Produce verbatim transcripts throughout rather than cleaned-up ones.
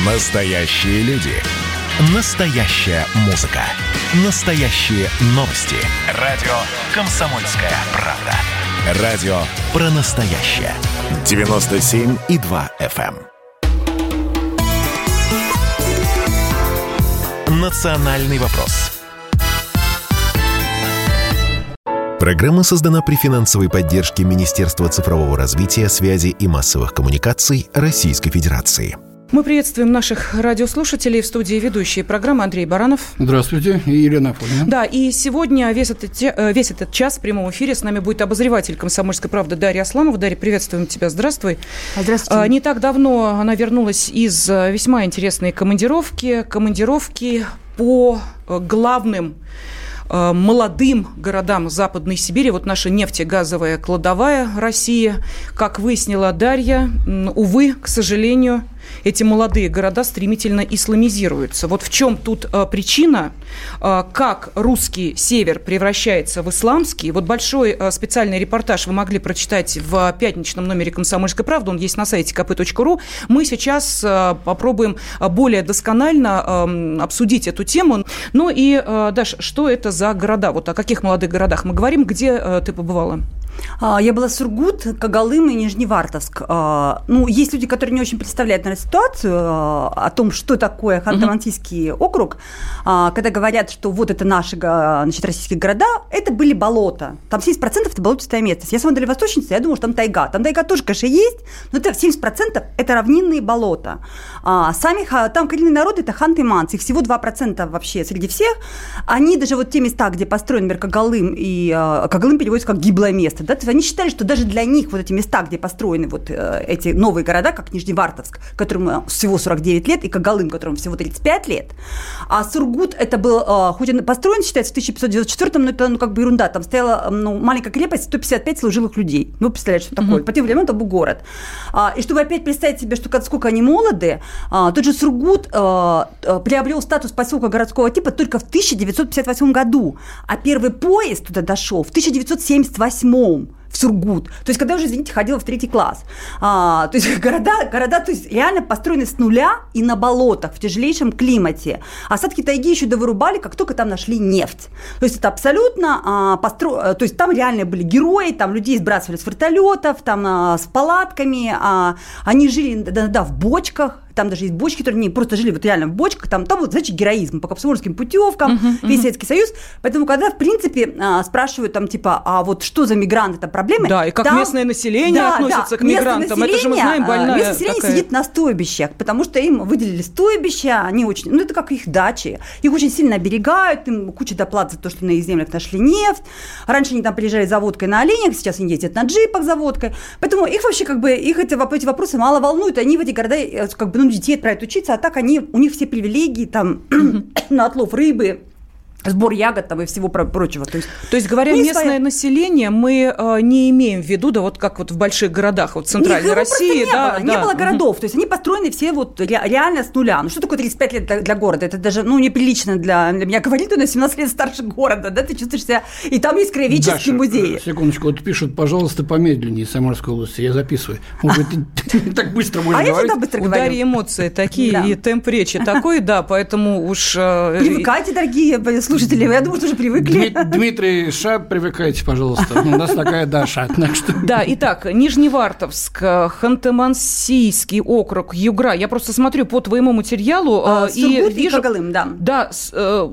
Настоящие люди. Настоящая музыка. Настоящие новости. Радио «Комсомольская правда». Радио про настоящее. девяносто семь и два эф эм. Национальный вопрос. Программа создана при финансовой поддержке Министерства цифрового развития, связи и массовых коммуникаций Российской Федерации. Мы приветствуем наших радиослушателей. В студии ведущие программы Андрей Баранов. Здравствуйте, и Елена Афонина. Да, и сегодня весь этот, весь этот час в прямом эфире с нами будет обозреватель «Комсомольской правды» Дарья Асламова. Дарья, приветствуем тебя. Здравствуй. Здравствуйте. Не так давно она вернулась из весьма интересной командировки. Командировки по главным молодым городам Западной Сибири. Вот наша нефтегазовая кладовая России. Как выяснила Дарья, увы, к сожалению, эти молодые города стремительно исламизируются. Вот в чем тут а, причина, а, как русский север превращается в исламский. Вот большой а, специальный репортаж вы могли прочитать в пятничном номере «Комсомольской правды». Он есть на сайте ка пэ точка ру. Мы сейчас а, попробуем более досконально а, обсудить эту тему. Ну и, а, Даш, что это за города? Вот о каких молодых городах мы говорим? Где а, ты побывала? Я была Сургут, Когалым и Нижневартовск. Ну, есть люди, которые не очень представляют, наверное, ситуацию о том, что такое Ханты-Мансийский uh-huh. округ. Когда говорят, что вот это наши, значит, российские города, это были болота. Там семьдесят процентов это болотистая местность. Я сама дальневосточница, я думаю, что там тайга. Там тайга тоже, конечно, есть, но это семьдесят процентов это равнинные болота. Сами там коренные народы – это ханты-мансы. Их всего два процента вообще среди всех. Они даже вот те места, где построен, например, Когалым, и Когалым переводится как гиблое место. Да? То есть они считали, что даже для них вот эти места, где построены вот э, эти новые города, как Нижневартовск, которому всего сорок девять лет, и Когалым, которому всего тридцать пять лет, а Сургут, это был, э, хоть он построен, считается, в тысяча пятьсот девяносто четвёртом, но это ну, как бы ерунда, там стояла ну, маленькая крепость, сто пятьдесят пять служилых людей. Вы представляете, что такое? Uh-huh. По тем временам это был город. А, и чтобы опять представить себе, что, сколько они молоды, а, тот же Сургут а, приобрел статус поселка городского типа только в тысяча девятьсот пятьдесят восьмом году, а первый поезд туда дошел в тысяча девятьсот семьдесят восьмом. В Сургут. То есть, когда уже, извините, ходила в третий класс. А, то есть, города, города то есть, реально построены с нуля и на болотах, в тяжелейшем климате. Осадки тайги еще довырубали, как только там нашли нефть. То есть, это абсолютно а, постро... То есть, там реально были герои, там людей сбрасывали с вертолетов, там а, с палатками, а, они жили, да, да, в бочках. Там даже есть бочки, которые не просто жили вот реально в бочках, там, там вот, значит, героизм по комсомольским путевкам, uh-huh, весь uh-huh. Советский Союз. Поэтому, когда, в принципе, спрашивают там, типа, а вот что за мигранты, там проблемы? Да, и как там, местное население да, относится да, к мигрантам, это же мы знаем, больная местное население такая... сидит на стойбищах, потому что им выделили стойбища, они очень, ну, это как их дачи, их очень сильно оберегают, им куча доплат за то, что на их землях нашли нефть. Раньше они там приезжали за водкой на оленях, сейчас они ездят на джипах за водкой. Поэтому их вообще, как бы, их эти, эти вопросы мало волнуют, они в эти города, как бы, ну, детей отправляют учиться, а так они, у них все привилегии там на отлов рыбы, сбор ягод там и всего прочего. То есть, То есть говоря, местное своя... население мы э, не имеем в виду, да, вот как вот в больших городах, вот в Центральной Их России. Не, да, было, да. не было городов, то есть они построены все вот ре- реально с нуля. Ну что такое тридцать пять лет для, для города? Это даже, ну, неприлично для, для меня. Говорит, он на семнадцать лет старше города, да, ты чувствуешь себя... И там есть краеведческий Даша, музей. Секундочку, вот пишут, пожалуйста, помедленнее из Самарской области, я записываю. Может быть, так быстро можно говорить? А я всегда быстро говорю. У Дарьи эмоции такие, и темп речи такой, да, поэтому уж... Привыкайте, дорогие слушатели, я думаю, что уже привыкли. Дмитрий Ша, привыкайте, пожалуйста. У нас такая Даша. Да, итак, Нижневартовск, Ханты-Мансийский округ, Югра. Я просто смотрю по твоему материалу а, и Сургут вижу... и Когалым, да. Да, с, э,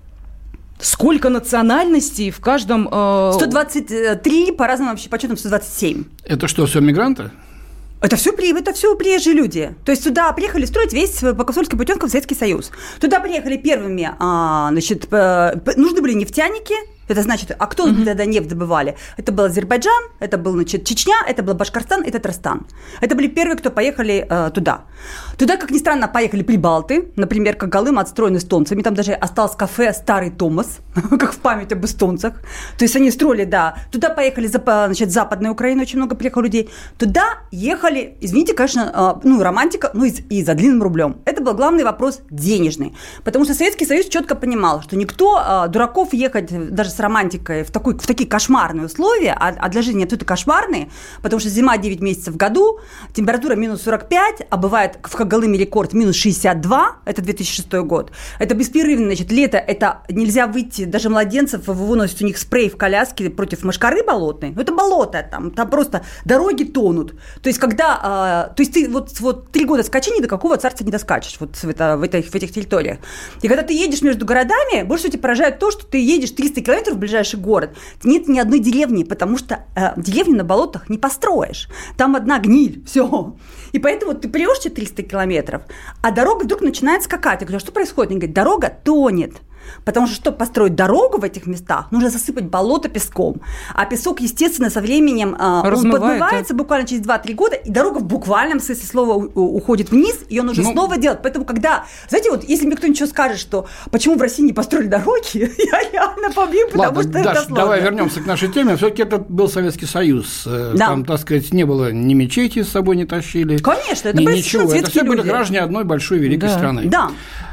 сколько национальностей в каждом... Э... сто двадцать три, по разным вообще подсчетам сто двадцать семь. Это что, все мигранты? Это все, это все приезжие люди. То есть сюда приехали строить весь по комсомольским путевкам Советский Союз. Туда приехали первыми, а, значит, нужны были нефтяники. Это значит, а кто mm-hmm. тогда нефть добывали? Это был Азербайджан, это был, значит, Чечня, это был Башкортостан и Татарстан. Это были первые, кто поехали э, туда. Туда, как ни странно, поехали прибалты. Например, Когалым отстроен эстонцами. Там даже осталось кафе «Старый Томас», как в память об эстонцах. То есть они строили, да. Туда поехали, значит, Западная Украина, очень много приехало людей. Туда ехали, извините, конечно, э, ну, романтика, ну, и, и за длинным рублем. Это это был главный вопрос денежный. Потому что Советский Союз четко понимал, что никто а, дураков ехать даже с романтикой в, такой, в такие кошмарные условия, а, а для жизни абсолютно кошмарные, потому что зима девять месяцев в году, температура минус сорок пять, а бывает в Когалыме рекорд минус шестьдесят два, это две тысячи шестой год. Это беспрерывно, значит, лето, это нельзя выйти, даже младенцев выносят у них спрей в коляске против мошкары болотной. Ну, это болото там, там просто дороги тонут. То есть, когда, а, то есть ты вот, вот три года скачи, ни до какого царства не доскачешь вот в, это, в, этих, в этих территориях. И когда ты едешь между городами, больше всего тебя поражает то, что ты едешь триста километров в ближайший город, нет ни одной деревни, потому что э, деревни на болотах не построишь. Там одна гниль, все. И поэтому ты прешь четыреста километров, а дорога вдруг начинает скакать. Я говорю, а что происходит? Они говорят, дорога тонет. Потому что, чтобы построить дорогу в этих местах, нужно засыпать болото песком. А песок, естественно, со временем он подмывается буквально через два-три года, и дорога в буквальном смысле слова уходит вниз, ее нужно ну, снова делать. Поэтому, когда, знаете, вот если мне кто-нибудь еще скажет, что почему в России не построили дороги, я реально побью, потому Ладно, что Даш, это сложно. Давай вернемся к нашей теме. Все-таки это был Советский Союз. Да. Там, так сказать, не было ни мечети с собой не тащили. Конечно, это ни были ничего. Это все были граждане одной большой великой да. страны. Да.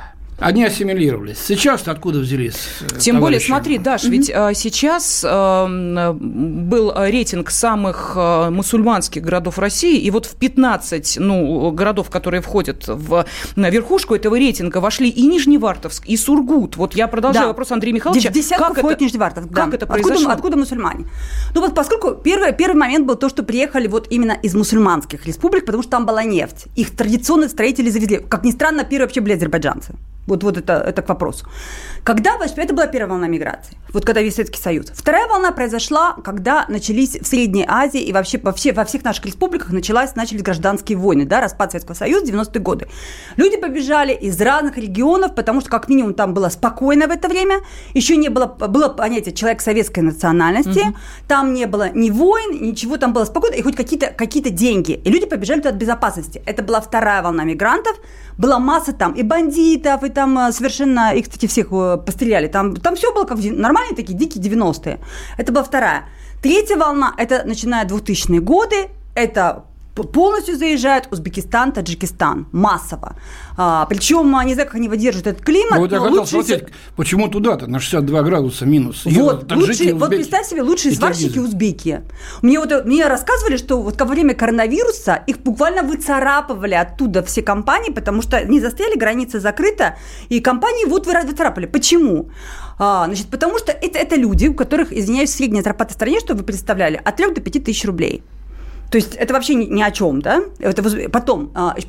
Они ассимилировались. Сейчас откуда взялись? Тем товарищи? более, смотри, Даш, mm-hmm. ведь а, сейчас а, был рейтинг самых а, мусульманских городов России, и вот в пятнадцать ну, городов, которые входят в на верхушку этого рейтинга, вошли и Нижневартовск, и Сургут. Вот я продолжаю да. вопрос Андрея Михайловича. В десятку как входит это, Нижневартовск. Да. Как это произошло? Откуда, откуда мусульмане? Ну вот поскольку первый, первый момент был то, что приехали вот именно из мусульманских республик, потому что там была нефть. Их традиционные строители завезли. Как ни странно, первые вообще были азербайджанцы. Вот, вот это, это к вопросу. Когда, это была первая волна миграции, вот когда весь Советский Союз. Вторая волна произошла, когда начались в Средней Азии и вообще во, все, во всех наших республиках началась, начались гражданские войны, да, распад Советского Союза, девяностые годы. Люди побежали из разных регионов, потому что как минимум там было спокойно в это время, еще не было, было понятие человек советской национальности, угу. там не было ни войн, ничего, там было спокойно, и хоть какие-то, какие-то деньги. И люди побежали туда от безопасности. Это была вторая волна мигрантов, была масса там и бандитов, и там совершенно, их, кстати, всех постреляли. Там, там все было как нормальные такие дикие девяностые. Это была вторая. Третья волна, это начиная двухтысячные годы, это полностью заезжают Узбекистан, Таджикистан, массово. А, причем, не знаю, как они выдерживают этот климат. Ну, вот я хотел спросить, почему туда-то на шестьдесят два градуса минус? Вот, лучшие, вот представь себе, лучшие сварщики узбеки. Мне, вот, мне рассказывали, что вот во время коронавируса их буквально выцарапывали оттуда все компании, потому что не застряли, граница закрыта, и компании вот выцарапали. Почему? А, значит, потому что это, это люди, у которых, извиняюсь, средняя зарплата в стране, что вы представляли, от трёх до пяти тысяч рублей. То есть это вообще ни, ни о чем, да? Это, потом,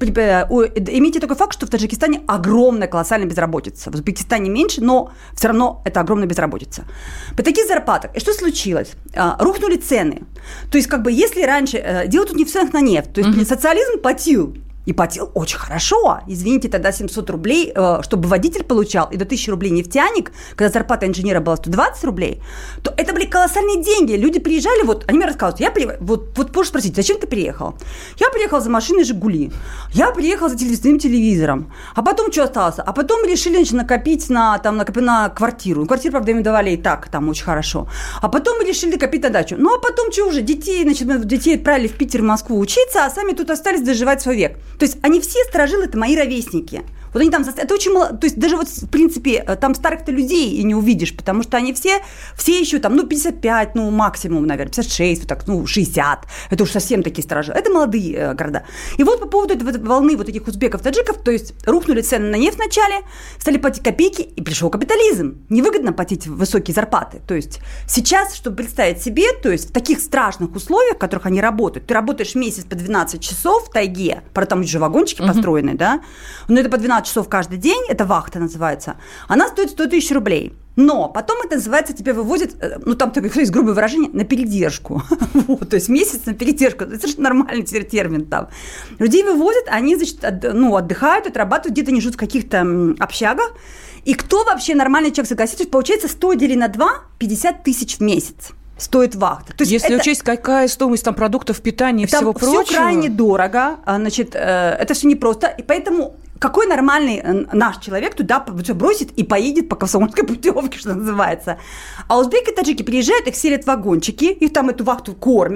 имейте такой факт, что в Таджикистане огромная, колоссальная безработица. В Узбекистане меньше, но все равно это огромная безработица. При таких зарплатах, и что случилось? Рухнули цены. То есть, как бы, если раньше, дело тут не в ценах на нефть, то есть mm-hmm. социализм платил, и платил очень хорошо. Извините, тогда семьсот рублей, чтобы водитель получал, и до тысячи рублей нефтяник, когда зарплата инженера была сто двадцать рублей, то это были колоссальные деньги. Люди приезжали, вот, они мне рассказывают, я при... вот, вот можешь спросить, зачем ты приехал? Я приехал за машиной «Жигули», я приехал за телевизорным телевизором, а потом что осталось? А потом решили, значит, накопить на, там, накопить на квартиру. Квартиру, правда, им давали и так, там, очень хорошо. А потом мы решили копить на дачу. Ну, а потом что уже, детей, значит, мы детей отправили в Питер, в Москву учиться, а сами тут остались доживать свой век. То есть они все сторожилы, это мои ровесники. Вот они там, это очень мало, то есть даже вот, в принципе, там старых-то людей и не увидишь, потому что они все, все еще там, ну, пятьдесят пять, ну, максимум, наверное, пятьдесят шесть, вот так, ну, шестьдесят, это уж совсем такие сторожилы. Это молодые э, города. И вот по поводу этой волны вот этих узбеков, таджиков, то есть рухнули цены на нефть вначале, стали платить копейки, и пришел капитализм. Невыгодно платить высокие зарплаты. То есть сейчас, чтобы представить себе, то есть в таких страшных условиях, в которых они работают, ты работаешь месяц по двенадцать часов в тайге, правда, там уже вагончики uh-huh. построены, да, но это по двенадцать часов каждый день, это вахта называется, она стоит сто тысяч рублей. Но потом это называется, тебя вывозят, ну там такое есть грубое выражение, на передержку. Вот, то есть месяц на передержку. Это совершенно нормальный термин там. Людей вывозят, они, значит, от, ну, отдыхают, отрабатывают, где-то они живут в каких-то общагах. И кто вообще нормальный человек согласится, получается сто делить на два, пятьдесят тысяч в месяц. Стоит вахта. То есть если это, учесть, какая стоимость там продуктов питания и всего прочего. Все крайне дорого, значит, это все непросто, и поэтому какой нормальный наш человек туда все бросит и поедет по комсомольской путевке, что называется. А узбеки и таджики приезжают, их селят в вагончики, их там эту вахту кормят.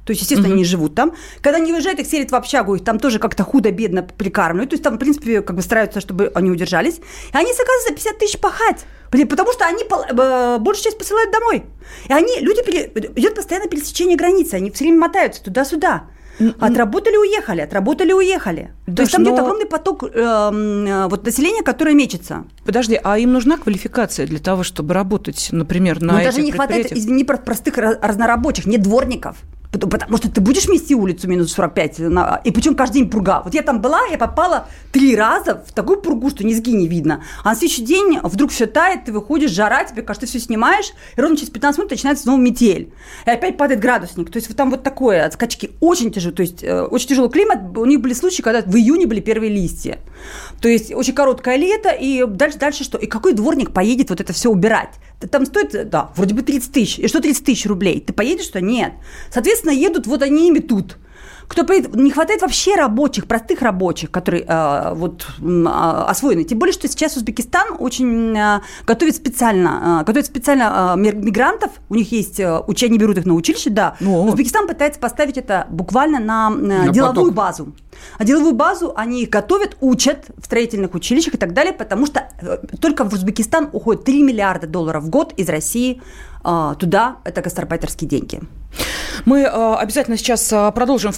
то есть, естественно, mm-hmm. они живут там. Когда они уезжают, их селят в общагу, их там тоже как-то худо-бедно прикармливают, то есть там, в принципе, как бы стараются, чтобы они удержались. И они согласны за пятьдесят тысяч пахать, потому что они большую часть посылают домой. И они, люди, пере... идет постоянно пересечение границы, они все время мотаются туда-сюда. Отработали, уехали, отработали, уехали. Да, то есть там но... идет огромный поток э, э, вот, населения, которое мечется. Подожди, а им нужна квалификация для того, чтобы работать, например, на но этих даже не хватает, извини, простых разнорабочих, нет дворников. Потому что ты будешь мести улицу минус сорок пять, и причем каждый день пурга. Вот я там была, я попала три раза в такую пургу, что низги не видно. А на следующий день вдруг все тает, ты выходишь, жара, тебе кажется, ты все снимаешь, и ровно через пятнадцать минут начинается снова метель. И опять падает градусник. То есть вот там вот такое, скачки очень тяжелые, то есть э, очень тяжелый климат. У них были случаи, когда в июне были первые листья. То есть очень короткое лето, и дальше, дальше что? И какой дворник поедет вот это все убирать? Там стоит, да, вроде бы тридцать тысяч. И что тридцать тысяч рублей? Ты поедешь, что? Нет. Соответственно, едут, вот они и метут. Кто поедет? Не хватает вообще рабочих, простых рабочих, которые э, вот, э, освоены. Тем более, что сейчас Узбекистан очень э, готовит специально, э, готовит специально э, мигрантов. У них есть э, учения, берут их на училище, да. Но. Узбекистан пытается поставить это буквально на, э, на деловую поток. базу. А деловую базу они готовят, учат в строительных училищах и так далее, потому что только в Узбекистан уходит три миллиарда долларов в год из России э, туда. Это гастарбайтерские деньги. Мы э, обязательно сейчас продолжим.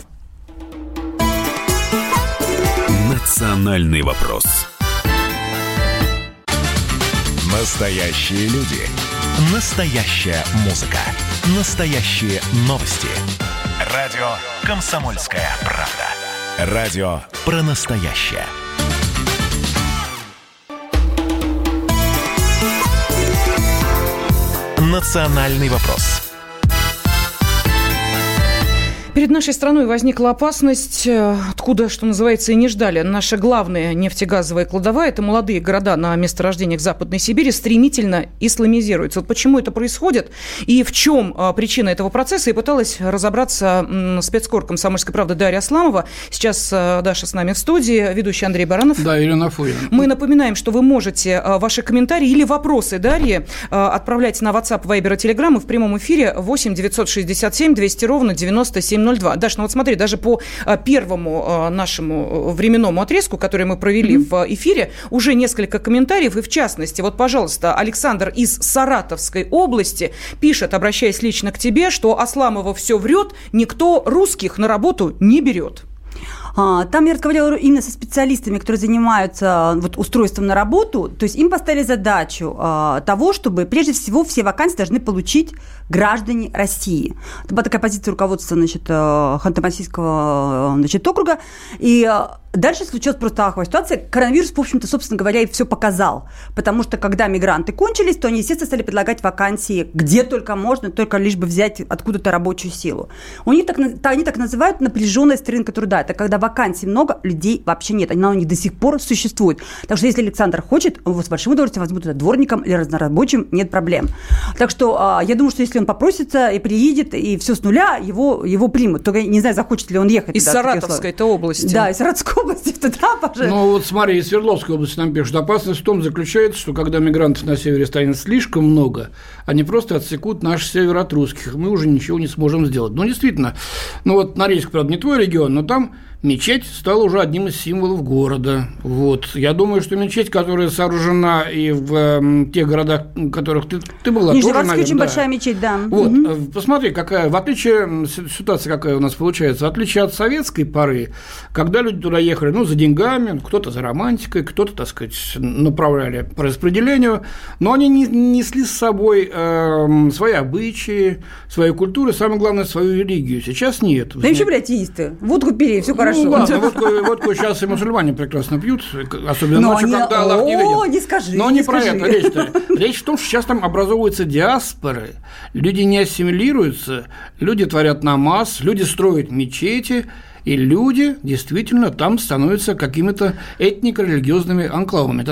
Национальный вопрос. Настоящие люди. Настоящая музыка. Настоящие новости. Радио «Комсомольская правда». Радио про настоящее. Национальный вопрос. Перед нашей страной возникла опасность, откуда, что называется, и не ждали. Наша главная нефтегазовая кладовая, это молодые города на месторождениях Западной Сибири, стремительно исламизируются. Вот почему это происходит и в чем причина этого процесса, и пыталась разобраться спецкор «Комсомольской правды» Дарья Асламова. Сейчас Даша с нами в студии, ведущий Андрей Баранов. Да, Ирина Афонина. Мы напоминаем, что вы можете ваши комментарии или вопросы Дарьи отправлять на WhatsApp, Viber и Telegram в прямом эфире восемь девятьсот шестьдесят семь двести ровно девяносто семь ноль два. Даш, ну вот смотри, даже по первому нашему временному отрезку, который мы провели mm-hmm. в эфире, уже несколько комментариев, и в частности, вот, пожалуйста, Александр из Саратовской области пишет, обращаясь лично к тебе, что Асламова все врет, никто русских на работу не берет. Там я разговаривала именно со специалистами, которые занимаются вот, устройством на работу. То есть им поставили задачу а, того, чтобы прежде всего все вакансии должны получить граждане России. Это была такая позиция руководства, значит, Ханты-Мансийского, значит, округа. И дальше случилась просто аховая ситуация. Коронавирус, в общем-то, собственно говоря, и все показал. Потому что, когда мигранты кончились, то они, естественно, стали предлагать вакансии где только можно, только лишь бы взять откуда-то рабочую силу. У них так, они так называют напряженность рынка труда. Это когда вакансий много, людей вообще нет. Она у них до сих пор существует. Так что, если Александр хочет, его с большим удовольствием возьмут это дворником или разнорабочим, нет проблем. Так что я думаю, что если он попросится и приедет, и все с нуля, его, его примут. Только не знаю, захочет ли он ехать. Из Саратовской-то области. Да, из Саратовской области туда, пожалуйста. Ну, вот смотри, из Свердловской области нам пишут. Опасность в том заключается, что когда мигрантов на севере станет слишком много, они просто отсекут наш север от русских. Мы уже ничего не сможем сделать. Ну, действительно. Ну, вот Норильск, правда, не твой регион, но там мечеть стала уже одним из символов города. Вот. Я думаю, что мечеть, которая сооружена и в э, тех городах, в которых ты, ты была, тоже, наверное, очень да. большая мечеть, да. Вот. Угу. Посмотри, какая, в отличие, ситуация какая у нас получается, в отличие от советской поры, когда люди туда ехали, ну, за деньгами, кто-то за романтикой, кто-то, так сказать, направляли по распределению, но они не, несли с собой э, свои обычаи, свою культуру, и, самое главное, свою религию. Сейчас нет. Да вообще, блядь, атеисты. Водку пили, все хорошо. Ну, ладно, водку, водку сейчас и мусульмане прекрасно пьют, особенно но ночью, они... когда Аллах не видит. О, не скажи, Но не, не скажи. про это речь-то. Речь в том, что сейчас там образовываются диаспоры, люди не ассимилируются, люди творят намаз, люди строят мечети, и люди действительно там становятся какими-то этнико-религиозными анклавами. Это так?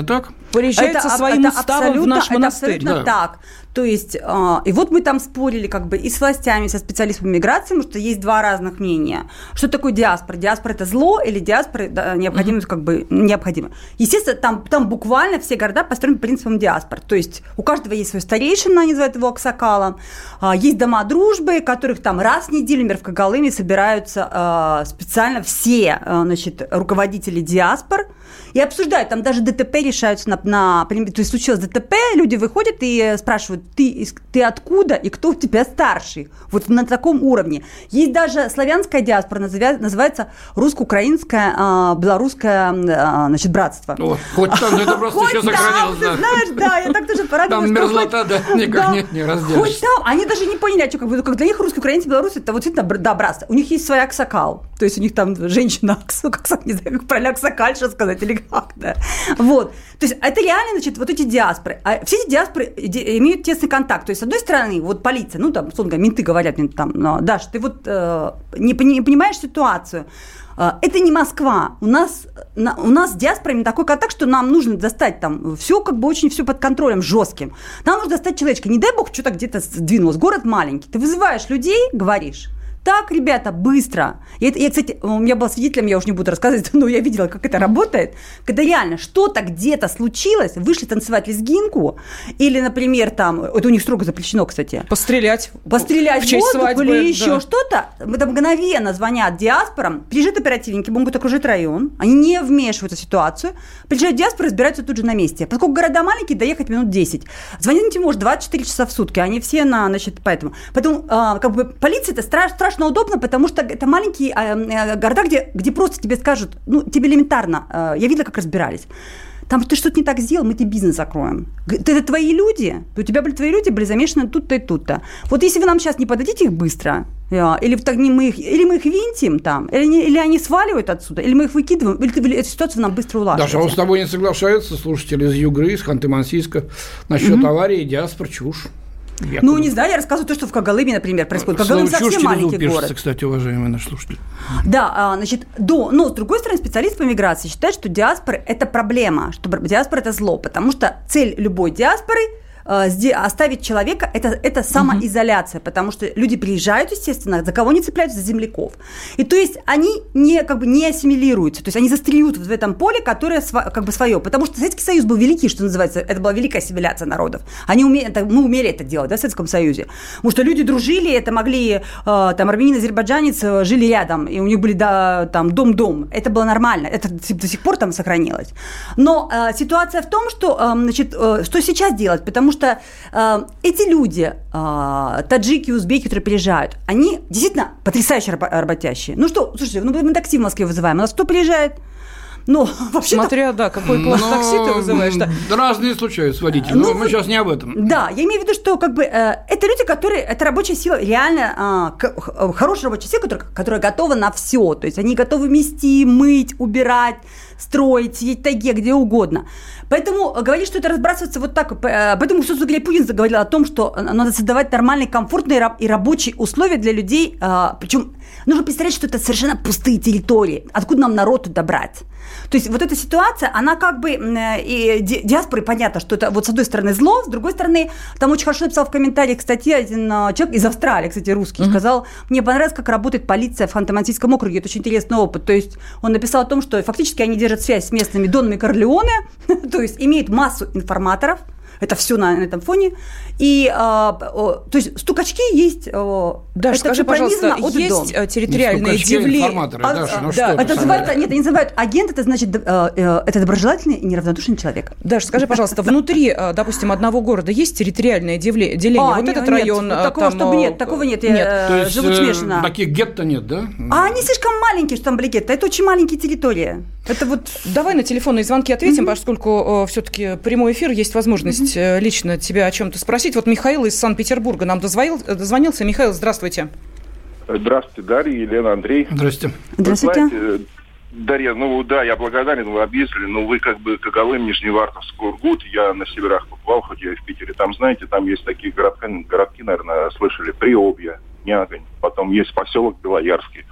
приезжают это, со своим это уставом в наш монастырь. Это абсолютно да. так. То есть, э, и вот мы там спорили как бы и с властями, и со специалистами миграции, потому что есть два разных мнения. Что такое диаспора? Диаспора – это зло или диаспора да, необходимо, mm-hmm. как бы необходимо? Естественно, там, там буквально все города построены по принципам диаспор. То есть у каждого есть свой старейшина, они называют его аксакалом. Э, есть дома дружбы, которых там раз в неделю, например, в Когалыме собираются э, специально все э, значит, руководители диаспор, и обсуждают, там даже ДТП решаются на, на... То есть случилось ДТП, люди выходят и спрашивают, ты, ты откуда и кто у тебя старший? Вот на таком уровне. Есть даже славянская диаспора, называется русско-украинское, белорусское, значит, братство. О, хоть там, но это просто еще сохранилось. Ты знаешь, да, я так тоже порадовалась. Там мерзлота, да, никак нет, не разделаешься. Хоть там, они даже не поняли, что, как бы, как для них русские, украинцы, белорусы, это вот это, да, братство. У них есть своя аксакал, то есть у них там женщина, как, не знаю, как правильно аксакальша сказать, или как, да. Вот. То есть это реально, значит, вот эти диаспоры. А все эти диаспоры имеют тесный контакт. То есть, с одной стороны, вот полиция, ну, там, условно говоря, менты говорят мне там, Даш, ты вот э, не, не понимаешь ситуацию. Э, это не Москва. У нас, на, у нас с диаспорами такой контакт, что нам нужно достать там все как бы очень все под контролем, жестким. Нам нужно достать человечка. Не дай бог, что-то где-то сдвинулось. Город маленький. Ты вызываешь людей, говоришь, так, ребята, быстро. Я, я, кстати, у меня был свидетелем, я уже не буду рассказывать, но я видела, как это работает. Когда реально что-то где-то случилось, вышли танцевать лезгинку, или, например, там, это у них строго запрещено, кстати. Пострелять. Пострелять в честь в воздух свадьбы, или да. еще что-то. Это мгновенно звонят диаспорам, приезжают оперативники, могут окружить район, они не вмешиваются в ситуацию, приезжают диаспоры, разбираются тут же на месте. Поскольку города маленькие, доехать минут десять. Звонить им может двадцать четыре часа в сутки, они все на, значит, поэтому. Поэтому, а, как бы, полиция это страшно, страшно удобно, потому что это маленькие э, города, где, где просто тебе скажут, ну, тебе элементарно, э, я видела, как разбирались. Там ты что-то не так сделал, мы тебе бизнес закроем. Это твои люди, у тебя были твои люди, были замешаны тут-то и тут-то. Вот если вы нам сейчас не подадите их быстро, э, или, так, не мы их, или мы их винтим там, или, не, или они сваливают отсюда, или мы их выкидываем, или, или эту ситуацию нам быстро улаживаете. Даже он с тобой не соглашается, слушатели из Югры, из Ханты-Мансийска, насчет mm-hmm. аварии, диаспор, чушь. Я ну, не знаю, я рассказываю то, что в Когалыме, например, происходит. Когалым совсем маленький пишется, город. Кстати, уважаемые наши слушатели. Да, значит, до, но с другой стороны, специалист по миграции считает, что диаспора – это проблема, что диаспора – это зло, потому что цель любой диаспоры – оставить человека – это, это самоизоляция, угу. потому что люди приезжают, естественно, за кого они цепляются? За земляков. И то есть они не, как бы, не ассимилируются, то есть они застряют в этом поле, которое как бы свое, потому что Советский Союз был великий, что называется, это была великая ассимиляция народов. Они умели, это, мы умели это делать, да, в Советском Союзе, потому что люди дружили, это могли, там, армянин, азербайджанец жили рядом, и у них были, да, там, дом-дом, это было нормально, это до сих пор там сохранилось. Но э, ситуация в том, что, э, значит, э, что сейчас делать, потому что Потому что э, эти люди, э, таджики, узбеки, которые приезжают, они действительно потрясающе работящие. Ну что, слушайте, ну, мы такси в Москве вызываем, у нас кто приезжает? Ну, вообще-то... Смотря, да, какой класс но... такси ты вызываешь. Да. Разные случаются водители, но ну, мы сейчас не об этом. Да, я имею в виду, что как бы э, это люди, которые, это рабочая сила, реально э, хорошая рабочая сила, которая, которая готова на все. То есть они готовы мести, мыть, убирать, строить, сидеть в тайге, где угодно. Поэтому говорить, что это разбрасывается вот так, поэтому, собственно говоря, Путин заговорил о том, что надо создавать нормальные, комфортные и рабочие условия для людей, причем нужно представлять, что это совершенно пустые территории, откуда нам народ туда брать. То есть вот эта ситуация, она как бы, и диаспоре понятно, что это вот с одной стороны зло, с другой стороны, там очень хорошо написал в комментариях, кстати, один человек из Австралии, кстати, русский, mm-hmm. сказал, мне понравилось, как работает полиция в Ханты-Мансийском округе, это очень интересный опыт. То есть он написал о том, что фактически они держат связь с местными донами Корлеоне, то есть имеют массу информаторов, это все на, на этом фоне. И, а, то есть, стукачки есть. А, Даша, скажи, пожалуйста, есть территориальные деления? А, Даша, ну да, что это называется, нет, они называют агент, это значит, это доброжелательный и неравнодушный человек. Даша, скажи, пожалуйста, внутри, допустим, одного города есть терриtoriальное деление? А, вот нет, этот нет, район. Такого, там, чтобы нет, такого нет. нет. То есть, живут смешанно. Таких гетто нет, да? А они слишком маленькие, что там были гетто. Это очень маленькие территории. Это вот... Давай на телефонные звонки ответим, mm-hmm. поскольку все-таки прямой эфир, есть возможность mm-hmm. лично тебя о чем-то спросить. Вот Михаил из Санкт-Петербурга нам дозвонил, дозвонился. Михаил, здравствуйте. Здравствуйте, Дарья, Елена, Андрей. Здравствуйте. Здравствуйте. Вы знаете, Дарья, ну да, я благодарен, вы объездили, но вы как бы Когалым, Нижневартовск, Ургут, я на северах побывал, хоть я и в Питере, там, знаете, там есть такие городки, городки, наверное, слышали, Приобье, Нягань, потом есть поселок Белоярский.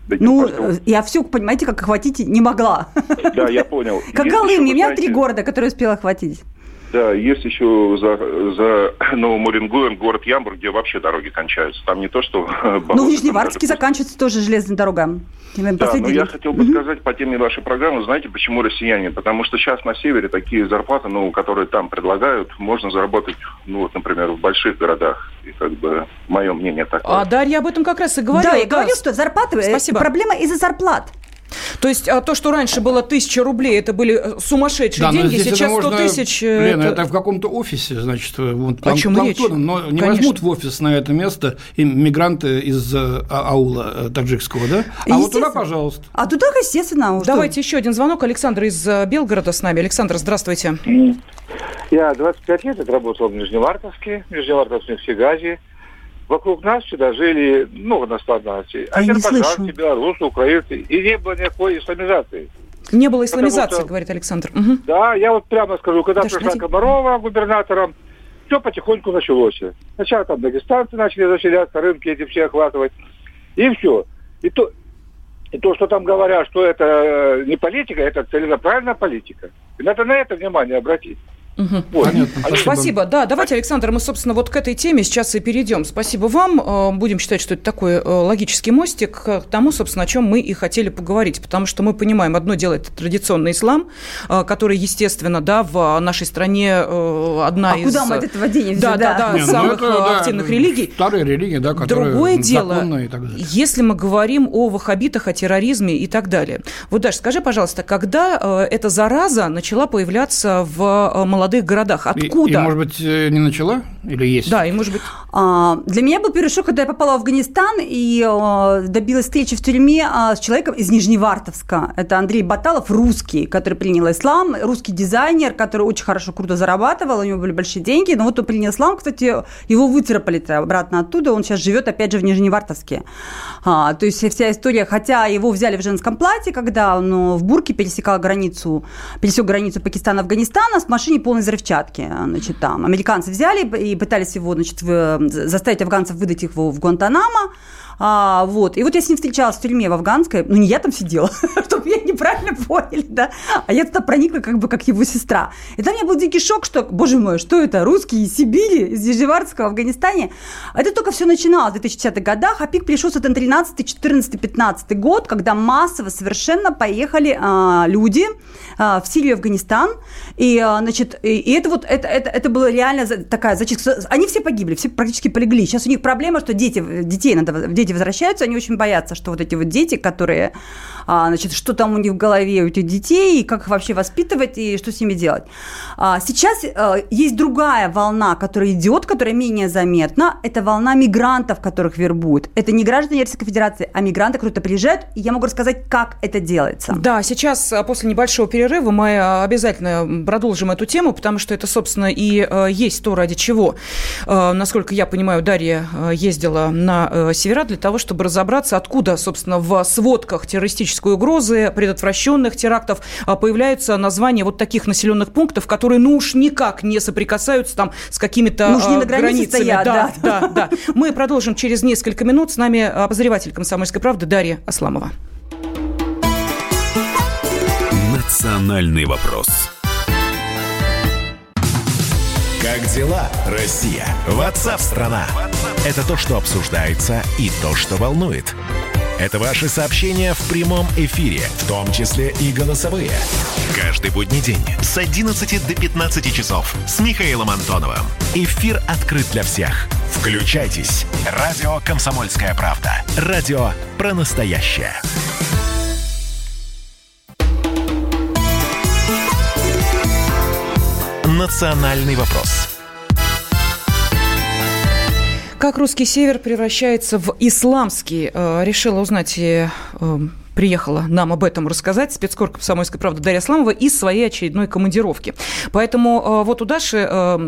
Ну, я все, понимаете, как охватить не могла. Да, я понял. Когалым, у меня три города, которые успела охватить. Да, есть еще за, за Новым Уренгоем город Ямбур, где вообще дороги кончаются. Там не то, что... Ну, в Нижневартовске заканчивается тоже железная дорога. Да, но я хотел бы mm-hmm. сказать по теме вашей программы, знаете, почему россияне? Потому что сейчас на севере такие зарплаты, ну, которые там предлагают, можно заработать, ну, вот, например, в больших городах. И как бы мое мнение такое. А Дарья об этом как раз и говорила. Да, я да. говорю, что зарплаты, Спасибо. Проблема из-за зарплат. То есть а, то, что раньше было тысяча рублей, это были сумасшедшие да, деньги, сейчас сто тысяч... Лена, это... это в каком-то офисе, значит, вот, о чем речь? Но не Конечно. Возьмут в офис на это место мигранты из а, аула таджикского, да? А вот туда, пожалуйста. А туда, естественно. Давайте еще один звонок. Александр из Белгорода с нами. Александр, здравствуйте. Я двадцать пять лет отработал в Нижневартовске, в Нижневартовске, в Сигазе. Вокруг нас сюда жили много национальностей. Азербайджанцы, белорусы, украинцы. И не было никакой исламизации. Не было исламизации, что, говорит Александр. Угу. Да, я вот прямо скажу, когда да пришла что Комарова губернатором, все потихоньку началось. Сначала там дагестанцы начали заселяться, рынки эти все охватывать. И все. И то, и то, что там говорят, что это не политика, это целенаправленная политика. И надо на это внимание обратить. Угу. Вот. Понятно, спасибо. спасибо. Да, давайте, Александр, мы, собственно, вот к этой теме сейчас и перейдем. Спасибо вам. Будем считать, что это такой логический мостик к тому, собственно, о чем мы и хотели поговорить. Потому что мы понимаем, одно дело – это традиционный ислам, который, естественно, да, в нашей стране одна а из… А куда мы от этого денемся? Да, да, да, да, самых ну, это, активных да, религий. Старые религии, да, которые Другое дело, и так далее. Если мы говорим о ваххабитах, о терроризме и так далее. Вот, Даша, скажи, пожалуйста, когда эта зараза начала появляться в молодых городах. Откуда? И, и, может быть, не начала? Или есть? Да, и, может быть... А, для меня был первый шок, когда я попала в Афганистан и а, добилась встречи в тюрьме а, с человеком из Нижневартовска. Это Андрей Баталов, русский, который принял ислам, русский дизайнер, который очень хорошо, круто зарабатывал, у него были большие деньги. Но вот он принял ислам, кстати, его выцарапали обратно оттуда, он сейчас живет опять же в Нижневартовске. А, то есть вся история, хотя его взяли в женском платье, когда он в бурке пересекал границу, пересек границу Пакистана-Афганистана с машиной полной взрывчатки. Значит, там американцы взяли и пытались его, значит, заставить афганцев выдать его в Гуантанамо. А, вот. И вот я с ним встречалась в тюрьме в афганской, ну, не я там сидела, чтобы меня неправильно поняли, да, а я туда проникла как бы как его сестра. И там у меня был дикий шок, что, боже мой, что это, русские из Сибири, из Нижневартовска, в Афганистане. Это только все начиналось в две тысячи десятых годах, а пик пришелся на тринадцатый, четырнадцатый, пятнадцатый год, когда массово совершенно поехали а, люди а, в Сирию и Афганистан, и, а, значит, и, и это вот, это, это, это была реально такая зачистка. Они все погибли, все практически полегли. Сейчас у них проблема, что дети, детей надо, дети возвращаются, они очень боятся, что вот эти вот дети, которые, а, значит, что там у них в голове у этих детей, и как их вообще воспитывать, и что с ними делать. А, сейчас а, есть другая волна, которая идет, которая менее заметна, это волна мигрантов, которых вербуют. Это не граждане Российской Федерации, а мигранты, которые приезжают, и я могу рассказать, как это делается. Да, сейчас после небольшого перерыва мы обязательно продолжим эту тему, потому что это, собственно, и есть то, ради чего, насколько я понимаю, Дарья ездила на севера для того, чтобы разобраться, откуда, собственно, в сводках террористической угрозы, предотвращенных терактов появляются названия вот таких населенных пунктов, которые, ну уж никак не соприкасаются там с какими-то ну, не на границами. Стоят, да, да, да, да. Мы продолжим через несколько минут. С нами обозреватель «Комсомольской правды» Дарья Асламова. Национальный вопрос. Как дела, Россия? Ватсап-страна! Это то, что обсуждается, и то, что волнует. Это ваши сообщения в прямом эфире, в том числе и голосовые. Каждый будний день с одиннадцати до пятнадцати часов с Михаилом Антоновым. Эфир открыт для всех. Включайтесь. Радио «Комсомольская правда». Радио про настоящее. Национальный вопрос. Как русский север превращается в исламский? Решила узнать и приехала нам об этом рассказать, спецкор «Комсомольской правды» Дарья Асламова из своей очередной командировки. Поэтому вот у Даши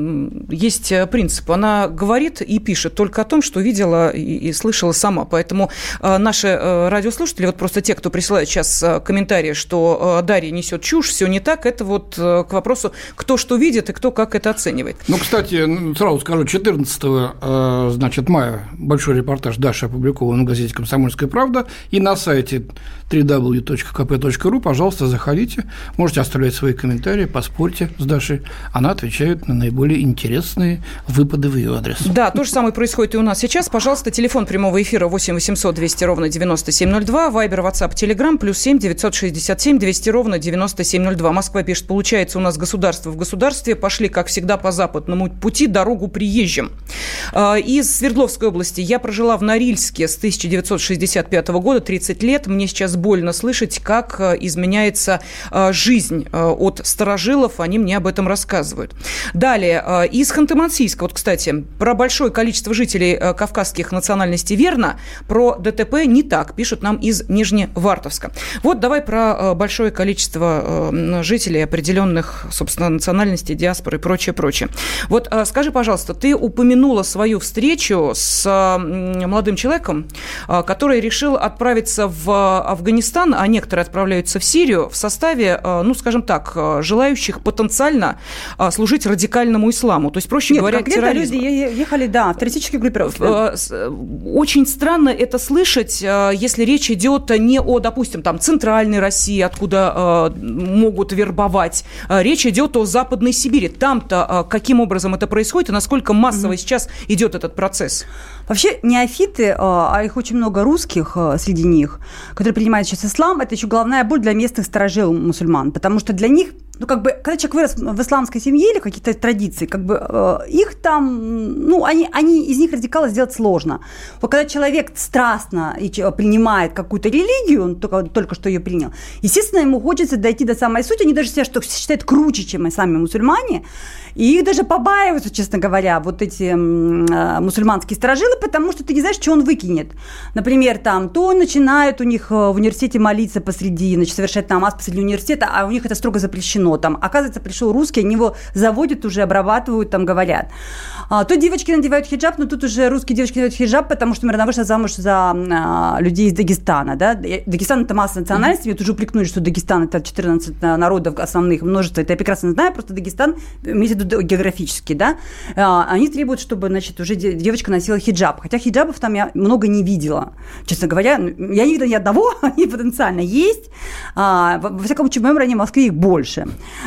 есть принцип. Она говорит и пишет только о том, что видела и слышала сама. Поэтому наши радиослушатели, вот просто те, кто присылают сейчас комментарии, что Дарья несет чушь, все не так, это вот к вопросу, кто что видит и кто как это оценивает. Ну, кстати, сразу скажу, четырнадцатого значит, мая большой репортаж Даши опубликован в газете «Комсомольская правда» и на сайте дабл ю дабл ю дабл ю точка ка пэ точка ру, пожалуйста, заходите, можете оставлять свои комментарии, поспорьте с Дашей, она отвечает на наиболее интересные выпады в ее адрес. Да, то же самое происходит и у нас сейчас. Пожалуйста, телефон прямого эфира восемь восемьсот двести ровно девяносто семь ноль два, Вайбер, Ватсап, Телеграм, плюс семь девятьсот шестьдесят семь двести ровно девяносто семь ноль два. Москва пишет, получается, у нас государство в государстве, пошли, как всегда, по западному пути, дорогу приезжим. Из Свердловской области. Я прожила в Норильске с тысяча девятьсот шестьдесят пятого года, тридцать лет, мне сейчас больно слышать, как изменяется жизнь от старожилов, они мне об этом рассказывают. Далее, из Ханты-Мансийска, вот, кстати, про большое количество жителей кавказских национальностей верно, про ДТП не так, пишут нам из Нижневартовска. Вот давай про большое количество жителей определенных, собственно, национальностей, диаспоры и прочее, прочее. Вот скажи, пожалуйста, ты упомянула свою встречу с молодым человеком, который решил отправиться в Афганистан, а некоторые отправляются в Сирию в составе, ну, скажем так, желающих потенциально служить радикальному исламу. То есть, проще Нет, говоря, терроризм. Люди ехали, да, в террористические группировки. Очень странно это слышать, если речь идет не о, допустим, там, центральной России, откуда могут вербовать. Речь идет о Западной Сибири. Там-то каким образом это происходит и насколько массово mm-hmm. сейчас идет этот процесс? Вообще неофиты, а их очень много русских среди них, которые принимают сейчас ислам, это еще головная боль для местных старожил мусульман, потому что для них, ну, как бы, когда человек вырос в исламской семье или какие-то традиции, как бы, их там, ну, они, они из них радикала сделать сложно. Вот когда человек страстно принимает какую-то религию, он только, только что ее принял, естественно, ему хочется дойти до самой сути, они даже себя что, считают круче, чем и сами мусульмане, и их даже побаиваются, честно говоря, вот эти э, мусульманские сторожилы, потому что ты не знаешь, что он выкинет. Например, там, то начинают у них в университете молиться посреди, значит, совершать намаз посреди университета, а у них это строго запрещено. Там, оказывается, пришел русский, они его заводят уже, обрабатывают, там, говорят. А, то девочки надевают хиджаб, но тут уже русские девочки надевают хиджаб, потому что Мирна вышла замуж за а, людей из Дагестана. Да? Дагестан – это масса национальностей, mm-hmm. мне тут уже упрекнули, что Дагестан – это четырнадцать народов основных, множество. Это я прекрасно знаю, просто Дагестан, имеется в виду географически, да, а, они требуют, чтобы, значит, уже девочка носила хиджаб. Хотя хиджабов там я много не видела, честно говоря. Я не видела ни одного, они потенциально есть. А, во всяком случае, в моем районе в Москве их больше.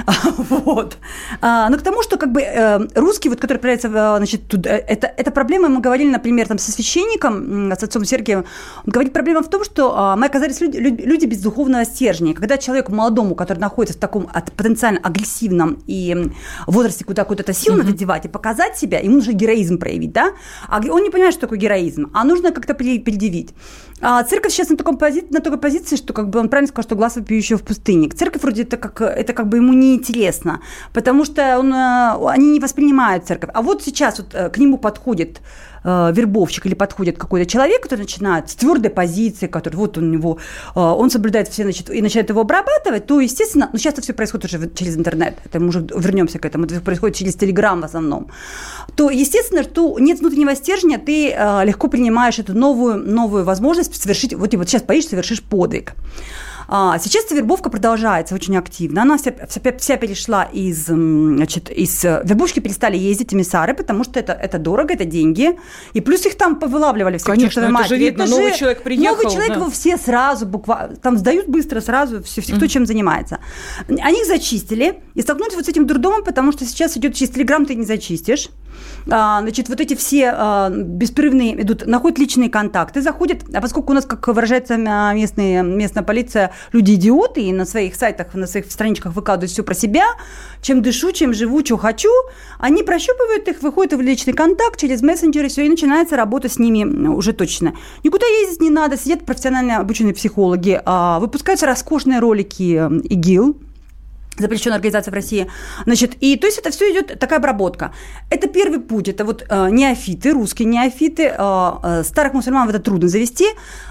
Вот. А, но к тому, что как бы русский, вот, который отправляется, значит, туда, это, это проблема, мы говорили, например, там, со священником, с отцом Сергием, он говорит, проблема в том, что а, мы оказались люди, люди без духовного стержня. Когда человеку молодому, который находится в таком потенциально агрессивном и возрасте, куда куда-то сил mm-hmm. надо девать и показать себя, ему нужно героизм проявить, да? А он не понимает, что такое героизм, а нужно как-то предъявить. А церковь сейчас на, таком пози... на такой позиции, что как бы он правильно сказал, что глаз вопиющего в пустыне. Церковь вроде это как, это как бы ему неинтересно, потому что он, они не воспринимают церковь. А вот сейчас вот к нему подходит э, вербовщик или подходит какой-то человек, который начинает с твердой позиции, который вот у него, э, он соблюдает все, значит, и начинает его обрабатывать, то, естественно, ну, сейчас это все происходит уже через интернет, это мы уже вернемся к этому, это происходит через Телеграм в основном, то, естественно, что нет внутреннего стержня, ты э, легко принимаешь эту новую, новую возможность совершить, вот, вот сейчас поедешь, совершишь подвиг. Сейчас эта вербовка продолжается очень активно. Она вся, вся, вся перешла из, значит, из вербовщики перестали ездить, эмиссары, потому что это, это дорого, это деньги. И плюс их там повылавливали всех. Конечно, это же видно, это новый же, человек приехал. Новый человек, да. его все сразу буквально, там сдают быстро сразу, все, все, кто mm-hmm. чем занимается. Они их зачистили и столкнулись вот с этим дурдомом, потому что сейчас идет через Телеграм, ты не зачистишь. А, значит, вот эти все а, беспрерывные идут, находят личные контакты, заходят, а поскольку у нас, как выражается местные, местная полиция, люди идиоты, и на своих сайтах, на своих страничках выкладывают все про себя, чем дышу, чем живу, что хочу, они прощупывают их, выходят в личный контакт через мессенджеры, все, и начинается работа с ними уже точно. Никуда ездить не надо, сидят профессионально обученные психологи, а, выпускаются роскошные ролики ИГИЛ, запрещенная организация в России. Значит, и то есть это все идет такая обработка. Это первый путь. Это вот э, неофиты, русские неофиты. Э, э, старых мусульман в это трудно завести.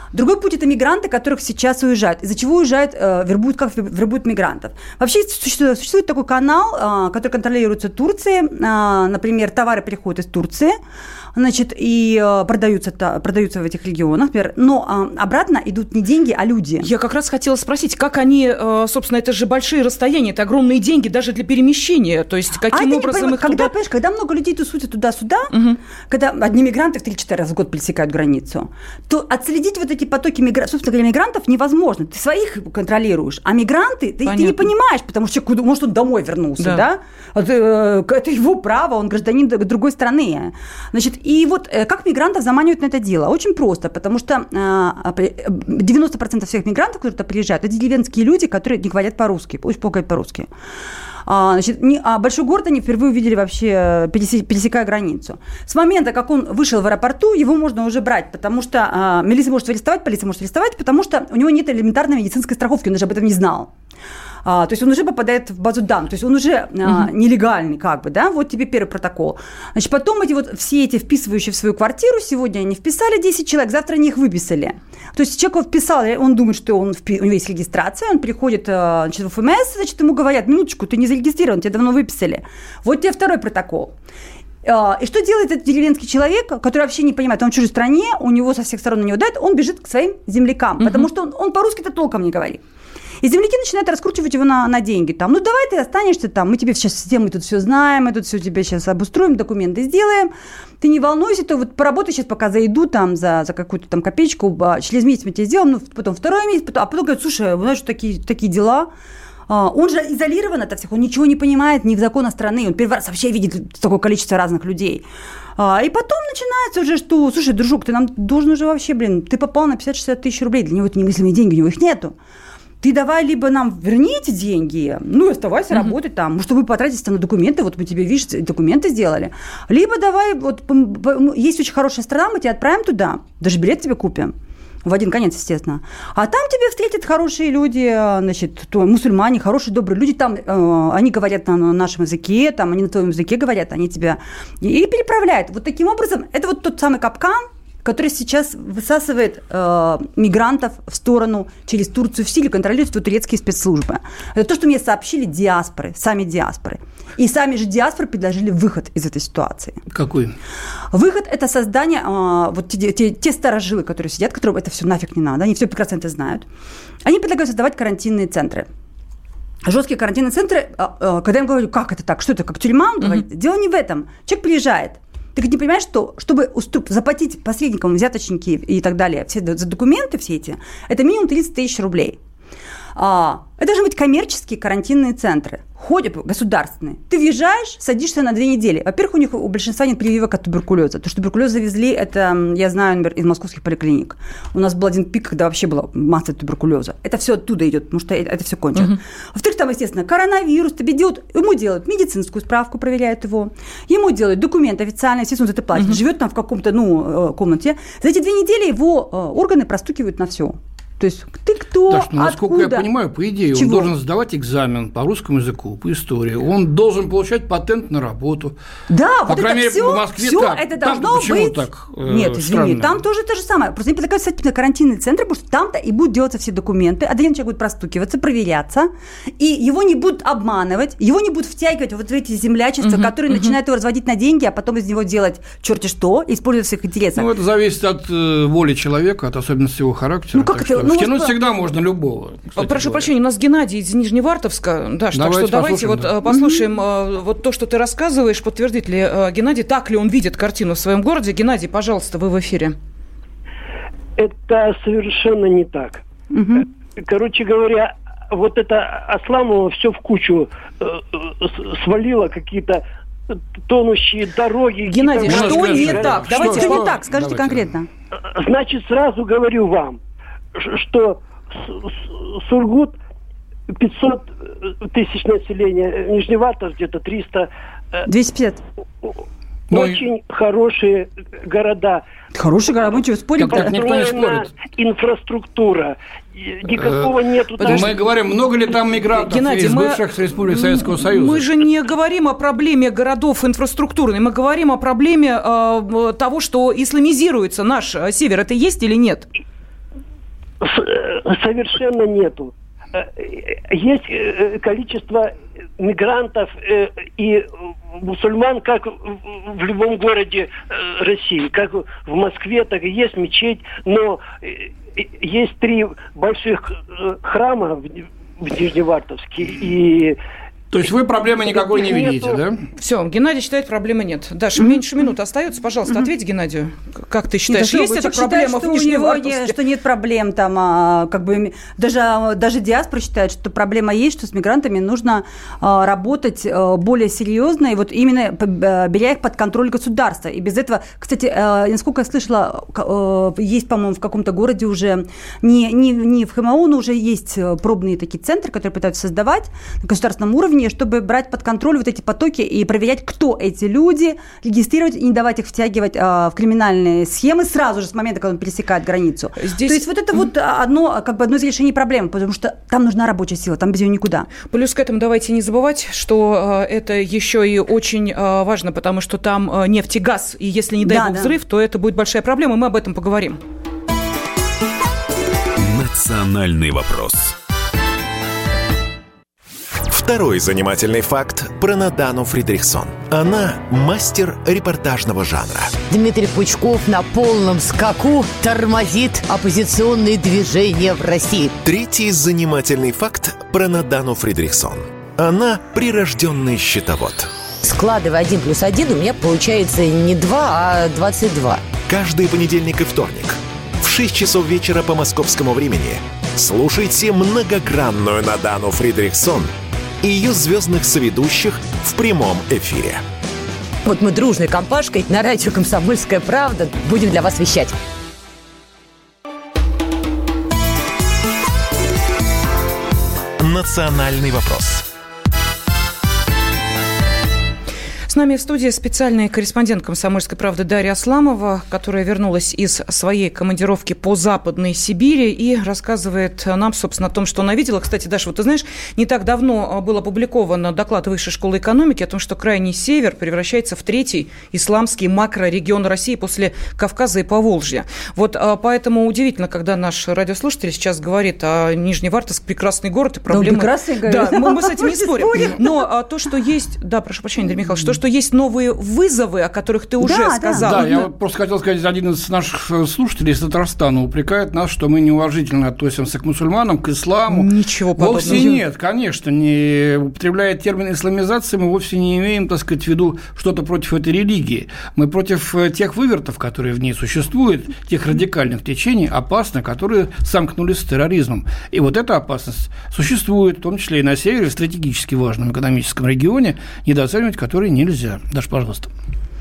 Другой путь – это мигранты, которых сейчас уезжают. Из-за чего уезжают, э, вербуют, как вербуют мигрантов. Вообще существует, существует такой канал, э, который контролируется Турцией. Э, например, товары приходят из Турции, значит, и э, продаются, та, продаются в этих регионах, например, но э, обратно идут не деньги, а люди. Я как раз хотела спросить, как они, э, собственно, это же большие расстояния, это огромные деньги даже для перемещения, то есть каким а образом их когда, туда... понимаешь, когда много людей тусуются туда-сюда, угу. когда одни мигранты в три-четыре раза в год пересекают границу, то отследить вот эти потоки мигрантов, собственно говоря, мигрантов невозможно. Ты своих контролируешь, а мигранты ты, ты не понимаешь, потому что человек, может, он домой вернулся, да? да? Это, это его право, он гражданин другой страны. Значит, и вот как мигрантов заманивают на это дело? Очень просто, потому что девяносто процентов всех мигрантов, которые туда приезжают, это деревенские люди, которые не говорят по-русски, очень плохо говорят по-русски. Значит, не, а большой город они впервые увидели вообще, пересекая границу. С момента, как он вышел в аэропорту, его можно уже брать, потому что а, милиция может арестовать, полиция может арестовать, потому что у него нет элементарной медицинской страховки, он уже об этом не знал. А, то есть он уже попадает в базу данных, то есть он уже а, угу. нелегальный, как бы, да, вот тебе первый протокол. Значит, потом эти вот все эти вписывающие в свою квартиру, сегодня они вписали десять человек, завтра они их выписали. То есть человек его вписал, он думает, что он, у него есть регистрация, он приходит, значит, в ФМС, значит, ему говорят, минуточку, ты не зарегистрирован, тебя давно выписали. Вот тебе второй протокол. И что делает этот деревенский человек, который вообще не понимает, он в чужой стране, у него со всех сторон на него дают, он бежит к своим землякам, угу. потому что он, он по-русски-то толком не говорит. И земляки начинают раскручивать его на, на деньги. Там, ну, давай ты останешься там, мы тебе сейчас все, мы тут все знаем, мы тут все тебе сейчас обустроим, документы сделаем. Ты не волнуйся, то вот поработай сейчас пока за еду, там, за, за какую-то там копеечку, через месяц мы тебе сделаем, ну, потом второй месяц, потом, а потом говорят, слушай, знаешь, такие, такие дела. Он же изолирован от всех, он ничего не понимает ни в законах страны, он первый раз вообще видит такое количество разных людей. И потом начинается уже, что, слушай, дружок, ты нам должен уже вообще, блин, ты попал на пятьдесят-шестьдесят тысяч рублей, для него это немыслимые деньги, у него их нету. Ты давай либо нам верни эти деньги, ну и оставайся uh-huh. работать там, может, вы потратите на документы, вот мы тебе, видишь, документы сделали. Либо давай, вот есть очень хорошая страна, мы тебя отправим туда, даже билет тебе купим. В один конец, естественно. А там тебя встретят хорошие люди, значит, то, мусульмане, хорошие, добрые люди. Там э, они говорят на нашем языке, там они на твоем языке говорят, они тебя и переправляют. Вот таким образом, это вот тот самый капкан, который сейчас высасывает э, мигрантов в сторону через Турцию в силе, контролируют турецкие спецслужбы. Это то, что мне сообщили диаспоры, сами диаспоры. И сами же диаспоры предложили выход из этой ситуации. Какой? Выход – это создание, э, вот те, те, те старожилы, которые сидят, которым это все нафиг не надо, они все прекрасно это знают, они предлагают создавать карантинные центры. Жесткие карантинные центры, э, э, когда я им говорю, как это так, что это, как тюрьма, он говорит, дело не в этом. Человек приезжает. Ты не понимаешь, что чтобы уступ, заплатить посредникам, взяточники и так далее, все, за документы все эти, это минимум тридцать тысяч рублей. А, это должны быть коммерческие карантинные центры, ходят государственные. Ты въезжаешь, садишься на две недели. Во-первых, у них у большинства нет прививок от туберкулеза. То, что туберкулез завезли, это, я знаю, например, из московских поликлиник. У нас был один пик, когда вообще была масса туберкулеза. Это все оттуда идет, потому что это все кончено. Uh-huh. Во-вторых, там, естественно, коронавирус. Тебе делают, ему делают медицинскую справку, проверяют его. Ему делают документ официальный, естественно, он за это платит. Uh-huh. Живет там в каком-то, ну, комнате. За эти две недели его органы простукивают на все. То есть ты кто, так что, насколько откуда? я понимаю, по идее, Чего? он должен сдавать экзамен по русскому языку, по истории. Он должен получать патент на работу. Да, по вот крайней мере, все, в Москве все так. это Там должно почему быть. Так, э, Нет, извини, странно? там тоже то же самое. Просто они предлагают создать карантинный центр, потому что там-то и будут делаться все документы. Один человек будет простукиваться, проверяться, и его не будут обманывать, его не будут втягивать вот в эти землячества, uh-huh, которые uh-huh. начинают его разводить на деньги, а потом из него делать черти что, использовать в своих интересах. Ну, это зависит от э, воли человека, от особенностей его характера. Ну, как это? Что, Ну, втянуть вот... всегда можно любого. Прошу говоря. прощения, у нас Геннадий из Нижневартовска. Да, давайте так что давайте вот да. послушаем mm-hmm. вот то, что ты рассказываешь, подтвердит ли Геннадий, так ли он видит картину в своем городе. Геннадий, пожалуйста, вы в эфире. Это совершенно не так. Mm-hmm. Короче говоря, вот это Асламова все в кучу э, свалило, какие-то тонущие дороги. Геннадий, что скажем, не что, так? что, Давайте Что что? не так? Скажите Давайте. конкретно. Значит, сразу говорю вам, что Сургут пятьсот тысяч населения, Нижневартовск где-то триста. двести пятьдесят. Очень ну, хорошие города. Хорошие города, мы что, спорим? Так, так никто не спорит. Инфраструктура. Никакого нету. Подожди. Мы говорим, много ли там мигрантов Геннадий, из мы, бывших республик Советского Союза? Мы же не говорим о проблеме городов инфраструктурной, мы говорим о проблеме э, того, что исламизируется наш север. Это есть или нет? совершенно нету. Есть количество мигрантов и мусульман, как в любом городе России, как в Москве, так и есть мечеть, но есть три больших храма в Нижневартовске, и то есть вы проблемы никакой не видите, да? Все, Геннадий считает, проблемы нет. Даша, mm-hmm. меньше минуты остается. Пожалуйста, mm-hmm. ответь Геннадию. Как ты считаешь, нет, есть эта проблема считает, в Нижневартовске? Что, что нет проблем там, а, как бы, даже, даже диаспора считает, что проблема есть, что с мигрантами нужно а, работать а, более серьезно, и вот именно а, беря их под контроль государства. И без этого, кстати, а, насколько я слышала, а, есть, по-моему, в каком-то городе уже, не, не, не в ХМАО, но уже есть пробные такие центры, которые пытаются создавать на государственном уровне, чтобы брать под контроль вот эти потоки и проверять, кто эти люди, регистрировать и не давать их втягивать а, в криминальные схемы сразу же с момента, когда он пересекает границу. Здесь... То есть вот это mm-hmm. вот одно, как бы одно из решений проблемы, потому что там нужна рабочая сила, там без нее никуда. Плюс к этому давайте не забывать, что э, это еще и очень э, важно, потому что там э, нефть и газ, и если не дай да, бог да. взрыв, то это будет большая проблема, мы об этом поговорим. Национальный вопрос. Второй занимательный факт про Надану Фридрихсон. Она мастер репортажного жанра. Дмитрий Пучков на полном скаку тормозит оппозиционные движения в России. Третий занимательный факт про Надану Фридрихсон. Она прирожденный счетовод. Складывая один плюс один, у меня получается не два, а двадцать два. Каждый понедельник и вторник в шесть часов вечера по московскому времени слушайте многогранную Надану Фридрихсон и ее звездных соведущих в прямом эфире. Вот мы дружной компашкой на радио «Комсомольская правда» будем для вас вещать. Национальный вопрос. С нами в студии специальный корреспондент «Комсомольской правды» Дарья Асламова, которая вернулась из своей командировки по Западной Сибири и рассказывает нам, собственно, о том, что она видела. Кстати, Даша, вот ты знаешь, не так давно был опубликован доклад Высшей школы экономики о том, что Крайний Север превращается в третий исламский макрорегион России после Кавказа и Поволжья. Вот поэтому удивительно, когда наш радиослушатель сейчас говорит о Нижневартовске, прекрасный город и проблемы... Да, прекрасный город. Да, мы, мы с этим не спорим. Но то, что есть... Да, прошу прощения, Дмитрий Михайлович, то, что есть новые вызовы, о которых ты уже да, сказал. Да, да, я вот просто хотел сказать, один из наших слушателей из Татарстана упрекает нас, что мы неуважительно относимся к мусульманам, к исламу. Ничего подобного. Вовсе нет, конечно. Не употребляя термин исламизация, мы вовсе не имеем, так сказать, в виду что-то против этой религии. Мы против тех вывертов, которые в ней существуют, тех радикальных течений, опасных, которые сомкнулись с терроризмом. И вот эта опасность существует, в том числе и на севере, в стратегически важном экономическом регионе, недооценивать который нельзя. Даша, пожалуйста.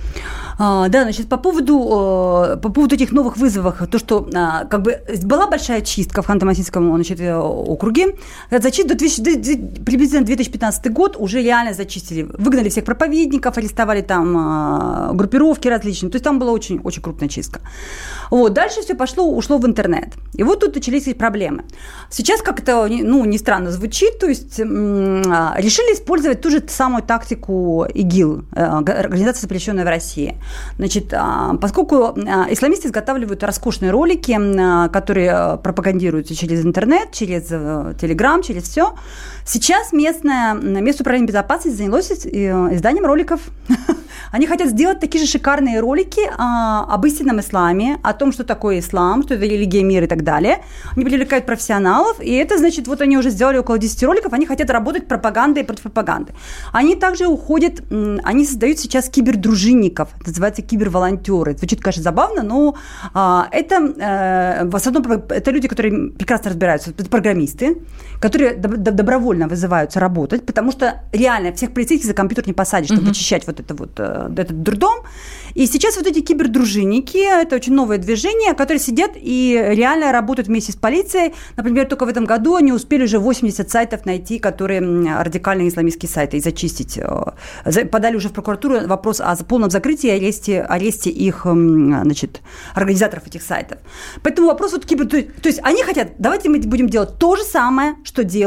А, да, значит, по поводу, по поводу этих новых вызовов, то, что как бы была большая чистка в Ханты-Мансийском, значит, округе, зачистка приблизительно две тысячи пятнадцатый год уже реально зачистили, выгнали всех проповедников, арестовали там группировки различные, то есть там была очень, очень крупная чистка. Вот, дальше все пошло, ушло в интернет. И вот тут начались проблемы. Сейчас, как это, ну, не странно звучит, то есть решили использовать ту же самую тактику ИГИЛ, Организация, запрещенная в России. Значит, поскольку исламисты изготавливают роскошные ролики, которые пропагандируются через интернет, через Телеграм, через все, сейчас местное, местное управление безопасности занялось изданием роликов. Они хотят сделать такие же шикарные ролики об истинном исламе, о том, что такое ислам, что это религия, мир и так далее. Они привлекают профессионалов, и это, значит, вот они уже сделали около десяти роликов, они хотят работать пропагандой против пропаганды. Они также уходят, они создают сейчас кибердружинников, называется киберволонтеры. Звучит, конечно, забавно, но а, это а, в основном это люди, которые прекрасно разбираются, это программисты, которые доб- добровольно вызываются работать, потому что реально всех полицейских за компьютер не посадишь, чтобы uh-huh. очищать вот это вот, этот дурдом. И сейчас вот эти кибердружинники, это очень новое движение, которые сидят и реально работают вместе с полицией. Например, только в этом году они успели уже восемьдесят сайтов найти, которые радикальные исламистские сайты, и зачистить. Подали уже в прокуратуру вопрос о полном закрытии и аресте, аресте их, значит, организаторов этих сайтов. Поэтому вопрос вот кибер... То есть они хотят, давайте мы будем делать то же самое, что делают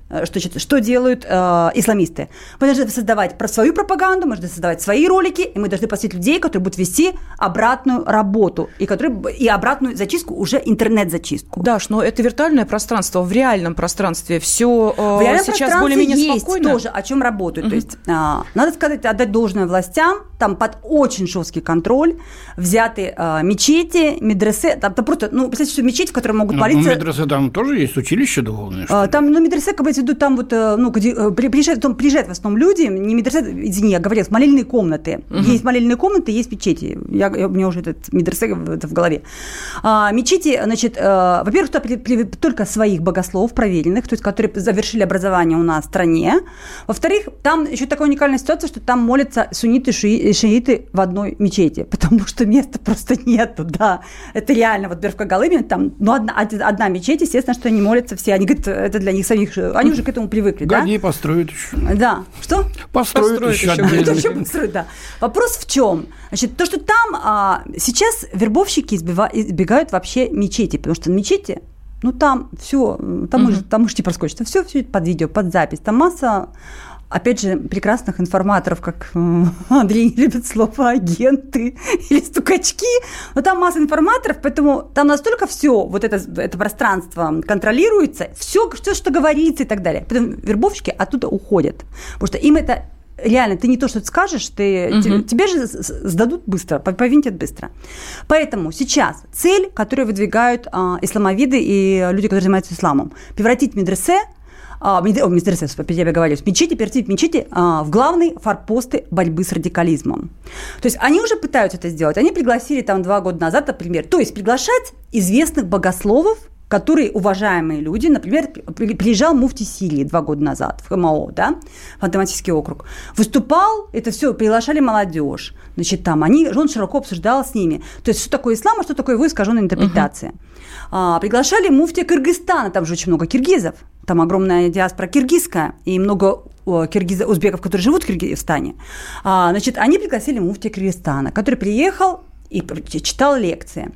что, что делают э, исламисты? Мы должны создавать про свою пропаганду, мы должны создавать свои ролики, и мы должны посмотреть людей, которые будут вести обратную работу, и, которые, и обратную зачистку, уже интернет-зачистку. Даш, но это виртуальное пространство, в реальном пространстве все э, в реальном сейчас более-менее есть спокойно? Тоже, о чем работают. Uh-huh. То есть, э, надо сказать, отдать должное властям, там под очень жесткий контроль взяты э, мечети, медресе, там, там просто, ну, представьте, что мечеть, в которой могут ну, молиться... Ну, медресе там тоже есть училище духовное? Э, там, ну, медресе, как бы, веду, там вот, ну, где приезжают, там приезжают в основном люди, не медресе, извини, я говорила, молельные комнаты. Uh-huh. Есть молельные комнаты, есть мечети. Я, я, у меня уже этот медресе в, в голове. А, мечети, значит, э, во-первых, туда при, при, только своих богословов проверенных, то есть, которые завершили образование у нас в стране. Во-вторых, там еще такая уникальная ситуация, что там молятся сунниты и шииты в одной мечети, потому что места просто нету, да. Это реально, вот, например, в Когалыме, там, ну, одна, одна мечеть, естественно, что они молятся все, они говорят, это для них самих, они уже к этому привыкли, да? Гони построят еще. Да. Что? Построят, построят еще. еще. еще построят, да. Вопрос в чем? Значит, то, что там а, сейчас вербовщики избива, избегают вообще мечети, потому что мечети, ну, там все, там, угу. там мышки проскочат, все, все под видео, под запись, там масса, опять же, прекрасных информаторов, как Андрей не любит слово агенты или стукачки, но там масса информаторов, поэтому там настолько все вот это, это пространство контролируется, все, все, что говорится и так далее. Поэтому вербовщики оттуда уходят, потому что им это реально, ты не то, что ты скажешь, ты, uh-huh. тебе же сдадут быстро, повинтят быстро. Поэтому сейчас цель, которую выдвигают а, исламовиды и люди, которые занимаются исламом, превратить медресе, а, медресе, я говорю, мечети, превратить мечети а, в главные форпосты борьбы с радикализмом. То есть они уже пытаются это сделать. Они пригласили там два года назад, например, то есть приглашать известных богословов, которые уважаемые люди, например, приезжал муфти Сирии два года назад в ХМО, да, в Ханты-Мансийский округ, выступал, это все, приглашали молодежь, значит, там, они, он широко обсуждал с ними, то есть, что такое ислам, а что такое его искаженная интерпретация. Uh-huh. А, приглашали муфтия Кыргызстана, там же очень много киргизов, там огромная диаспора киргизская, и много киргизов, узбеков, которые живут в Киргизстане. А, значит, они пригласили муфтия Кыргызстана, который приехал и читал лекции.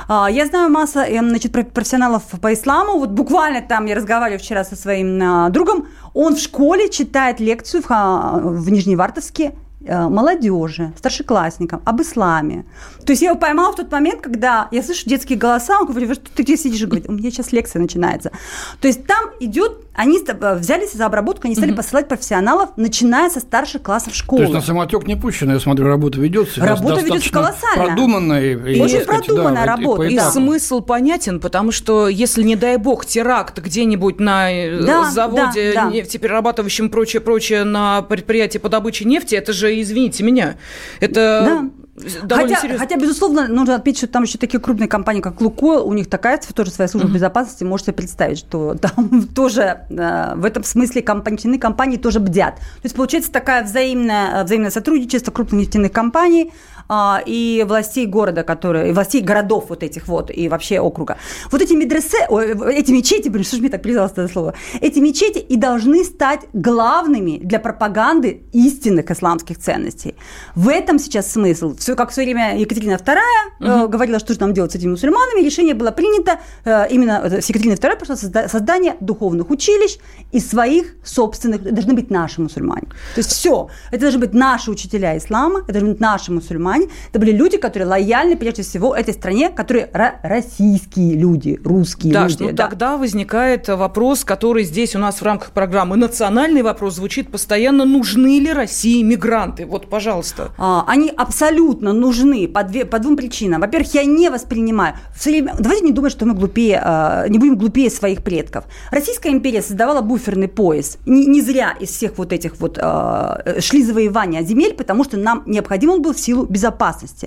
Я знаю массу, значит, профессионалов по исламу. Вот буквально там я разговаривала вчера со своим другом. Он в школе читает лекцию в, в Нижневартовске молодежи, старшеклассникам об исламе. То есть я его поймала в тот момент, когда я слышу детские голоса, он говорит, что ты где сидишь? И говорит, у меня сейчас лекция начинается. То есть там идет, они взялись за обработку, они стали угу. посылать профессионалов, начиная со старших классов школы. То есть на самотек не пущено, я смотрю, работа ведется. Работа ведется колоссально. Продуманная. И, Очень и, продуманная да, работа. И, и да. смысл понятен, потому что если, не дай бог, теракт где-нибудь на да, заводе да, да. нефтеперерабатывающем, прочее-прочее, на предприятии по добыче нефти, это же, извините меня, это... Да. Хотя, хотя, безусловно, нужно отметить, что там еще такие крупные компании, как «Лукойл», у них такая тоже своя служба uh-huh. безопасности, можете представить, что там тоже э, в этом смысле компании, компании тоже бдят. То есть, получается, такое взаимное, взаимное сотрудничество крупных нефтяных компаний э, и властей города, которые, и властей городов вот этих вот, и вообще округа. Вот эти медресе, эти мечети, блин, что ж мне так привязалось это слово, эти мечети и должны стать главными для пропаганды истинных исламских ценностей. В этом сейчас смысл. Все, как в свое время Екатерина вторая uh-huh. э, говорила, что же нам делать с этими мусульманами, решение было принято, э, именно с Екатериной второй прошло созда- создание духовных училищ и своих собственных, должны быть наши мусульмане. То есть все, это должны быть наши учителя ислама, это должны быть наши мусульмане, это были люди, которые лояльны прежде всего этой стране, которые ра- российские люди, русские да, люди. Ну, да, тогда возникает вопрос, который здесь у нас в рамках программы «Национальный вопрос» звучит постоянно, нужны ли России мигранты? Вот, пожалуйста. А, они абсолютно нужны по, две, по двум причинам. Во-первых, я не воспринимаю... Все время, давайте не думать, что мы глупее, э, не будем глупее своих предков. Российская империя создавала буферный пояс. Не, не зря из всех вот этих вот э, шли завоевания земель, потому что нам необходим он был в силу безопасности.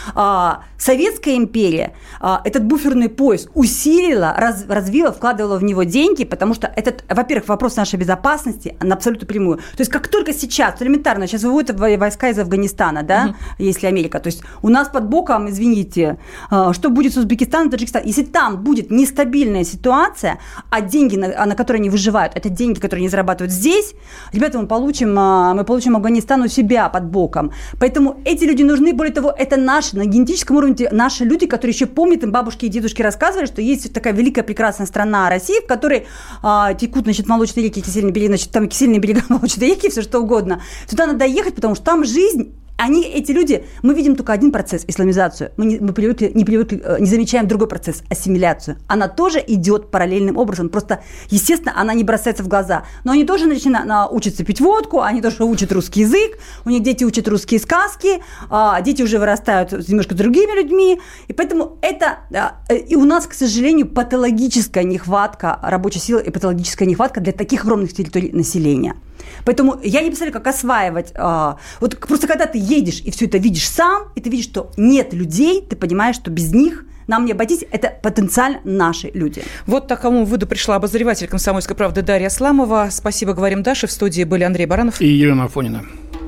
Э, Советская империя э, этот буферный пояс усилила, раз, развила, вкладывала в него деньги, потому что этот, во-первых, вопрос нашей безопасности на абсолютно прямую. То есть как только сейчас, элементарно, сейчас выводят войска из Афганистана, да, угу. если Америка. То есть у нас под боком, извините, что будет с Узбекистаном, Таджикистаном. Если там будет нестабильная ситуация, а деньги, на, на которые они выживают, это деньги, которые они зарабатывают здесь, ребята, мы получим, мы получим Афганистан у себя под боком. Поэтому эти люди нужны. Более того, это наши, на генетическом уровне наши люди, которые еще помнят, им бабушки и дедушки рассказывали, что есть такая великая прекрасная страна Россия, в которой а, текут, значит, молочные реки, кисельные берега, значит, там кисельные берега, молочные реки, все что угодно. Туда надо ехать, потому что там жизнь. Они, эти люди, мы видим только один процесс, исламизацию. Мы, не, мы привыкли, не, привыкли, не замечаем другой процесс, ассимиляцию. Она тоже идет параллельным образом. Просто, естественно, она не бросается в глаза. Но они тоже начинают, учатся пить водку, они тоже учат русский язык, у них дети учат русские сказки, дети уже вырастают с немножко другими людьми. И поэтому это... И у нас, к сожалению, патологическая нехватка рабочей силы и патологическая нехватка для таких огромных территорий населения. Поэтому я не представляю, как осваивать. А, вот просто когда ты едешь и все это видишь сам, и ты видишь, что нет людей, ты понимаешь, что без них нам не обойтись, это потенциально наши люди. Вот к такому выводу пришла обозреватель «Комсомольской правды» Дарья Асламова. Спасибо, говорим Даше. В студии были Андрей Баранов и Елена Афонина.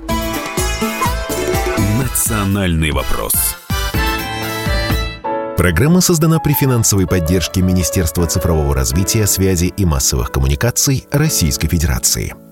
Национальный вопрос. Программа создана при финансовой поддержке Министерства цифрового развития, связи и массовых коммуникаций Российской Федерации.